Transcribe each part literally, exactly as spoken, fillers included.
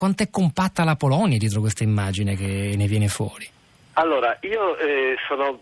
quanto è compatta la Polonia dietro questa immagine che ne viene fuori? Allora, io eh, sono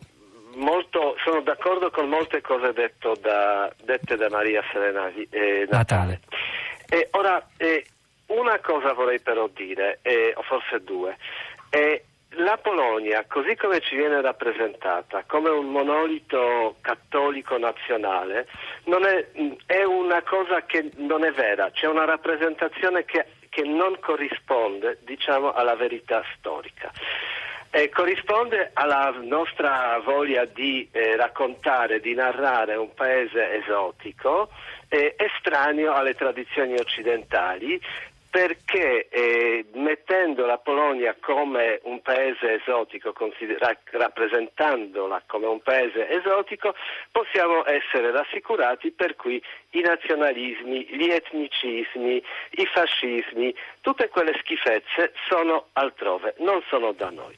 molto sono d'accordo con molte cose detto da, dette da Maria Serena eh, Natale. E ora, eh, una cosa vorrei però dire, eh, o forse due. Eh, la Polonia, così come ci viene rappresentata, come un monolito cattolico nazionale, non è, è una cosa che non è vera. C'è una rappresentazione che, che non corrisponde, diciamo, alla verità storica. Eh, corrisponde alla nostra voglia di eh, raccontare, di narrare un paese esotico, eh, estraneo alle tradizioni occidentali, perché eh, mettendo la Polonia come un paese esotico, considera- rappresentandola come un paese esotico, possiamo essere rassicurati per cui i nazionalismi, gli etnicismi, i fascismi, tutte quelle schifezze sono altrove, non sono da noi.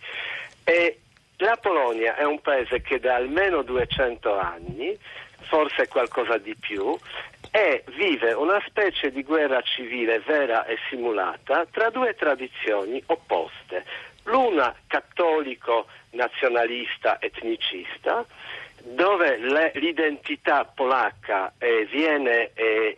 E la Polonia è un paese che da almeno duecento anni, forse qualcosa di più, e vive una specie di guerra civile vera e simulata tra due tradizioni opposte. L'una cattolico nazionalista etnicista, dove le, l'identità polacca eh, viene eh,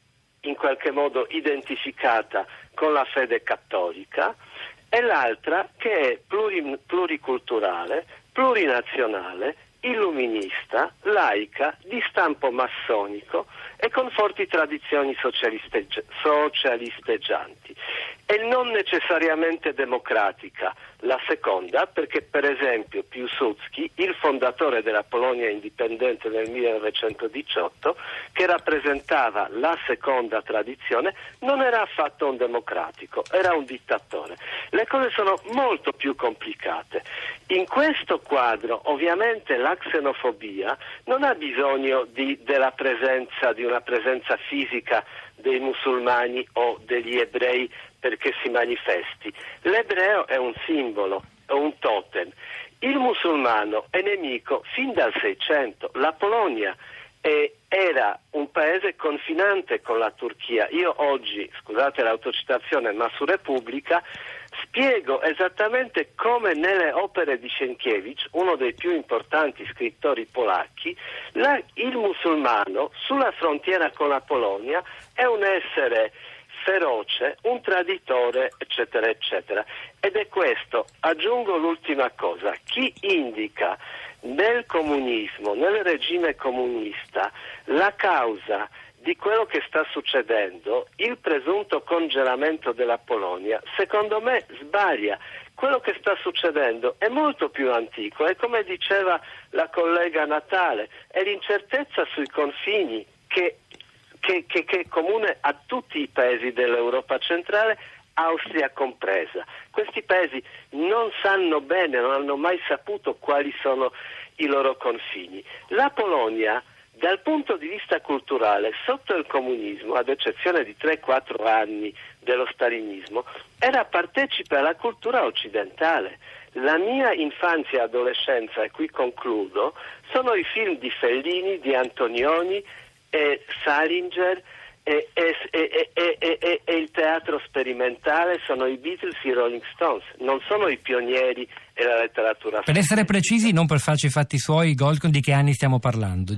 in qualche modo identificata con la fede cattolica, e l'altra che è pluri, pluriculturale, plurinazionale, illuminista, laica, di stampo massonico e con forti tradizioni socialisteggi- socialisteggianti, e non necessariamente democratica. La seconda, perché per esempio Piłsudski, il fondatore della Polonia indipendente nel millenovecentodiciotto, che rappresentava la seconda tradizione, non era affatto un democratico, era un dittatore. Le cose sono molto più complicate. In questo quadro ovviamente la xenofobia non ha bisogno di, della presenza, di una presenza fisica dei musulmani o degli ebrei perché si manifesti. L'ebreo è un simbolo, è un totem. Il musulmano è nemico fin dal Seicento. La Polonia è, era un paese confinante con la Turchia. Io oggi, scusate l'autocitazione, ma su Repubblica spiego esattamente come nelle opere di Sienkiewicz, uno dei più importanti scrittori polacchi, la, il musulmano sulla frontiera con la Polonia è un essere feroce, un traditore, eccetera, eccetera. Ed è questo, aggiungo l'ultima cosa, chi indica nel comunismo, nel regime comunista, la causa di quello che sta succedendo, il presunto congelamento della Polonia, secondo me sbaglia. Quello che sta succedendo è molto più antico e, come diceva la collega Natale, è l'incertezza sui confini che Che, che, che è comune a tutti i paesi dell'Europa centrale, Austria compresa. Questi paesi non sanno bene, non hanno mai saputo quali sono i loro confini. La Polonia, dal punto di vista culturale, sotto il comunismo, ad eccezione di tre quattro anni dello stalinismo, era partecipe alla cultura occidentale. La mia infanzia e adolescenza, e qui concludo, sono i film di Fellini, di Antonioni, e Salinger e, e, e, e, e, e il teatro sperimentale, sono i Beatles, i Rolling Stones, non sono i pionieri e la letteratura. Per essere precisi, non per farci i fatti suoi, Goldkon, di che anni stiamo parlando?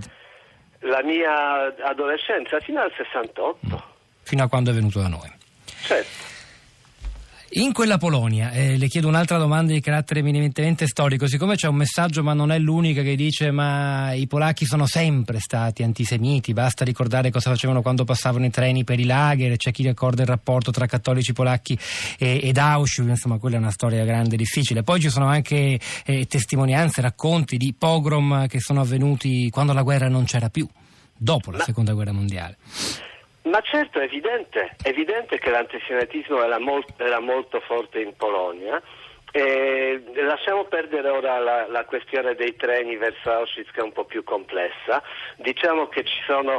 La mia adolescenza fino al sessantotto. No, fino a quando è venuto da noi. Certo. In quella Polonia, eh, le chiedo un'altra domanda di carattere eminentemente storico, siccome c'è un messaggio, ma non è l'unica, che dice ma i polacchi sono sempre stati antisemiti, basta ricordare cosa facevano quando passavano i treni per i lager, c'è chi ricorda il rapporto tra cattolici polacchi e, ed Auschwitz, insomma quella è una storia grande e difficile. Poi ci sono anche eh, testimonianze, racconti di pogrom che sono avvenuti quando la guerra non c'era più, dopo la ma... seconda guerra mondiale. Ma certo, è evidente, è evidente che l'antisemitismo era, molt, era molto forte in Polonia. E lasciamo perdere ora la, la questione dei treni verso Auschwitz, che è un po' più complessa. Diciamo che ci sono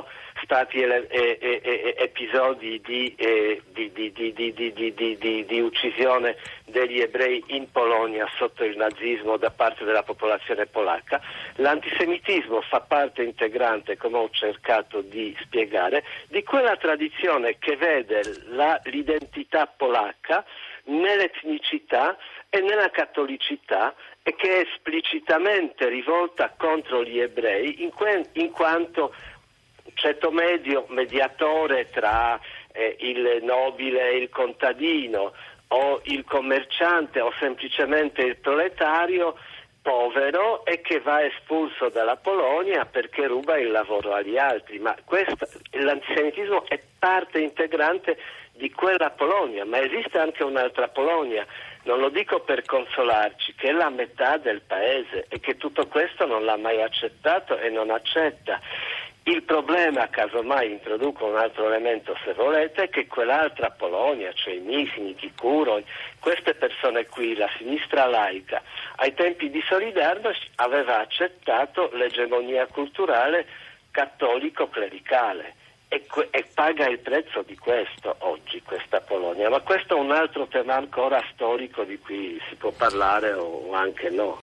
stati ele- e- e- e- episodi di, eh, di, di, di, di, di, di, di, di, di uccisione degli ebrei in Polonia sotto il nazismo da parte della popolazione polacca. L'antisemitismo fa parte integrante, come ho cercato di spiegare, di quella tradizione che vede la, l'identità polacca nell'etnicità e nella cattolicità e che è esplicitamente rivolta contro gli ebrei in, que- in quanto ceto medio, mediatore tra eh, il nobile e il contadino, o il commerciante o semplicemente il proletario povero e che va espulso dalla Polonia perché ruba il lavoro agli altri. Ma questo, l'antisemitismo è parte integrante di quella Polonia, ma esiste anche un'altra Polonia, non lo dico per consolarci, che è la metà del paese e che tutto questo non l'ha mai accettato e non accetta. Il problema, casomai introduco un altro elemento se volete, è che quell'altra Polonia, cioè i Mifni, i Kikuro, queste persone qui, la sinistra laica, ai tempi di Solidarność aveva accettato l'egemonia culturale cattolico-clericale e, e paga il prezzo di questo oggi, questa Polonia. Ma questo è un altro tema ancora storico di cui si può parlare o anche no.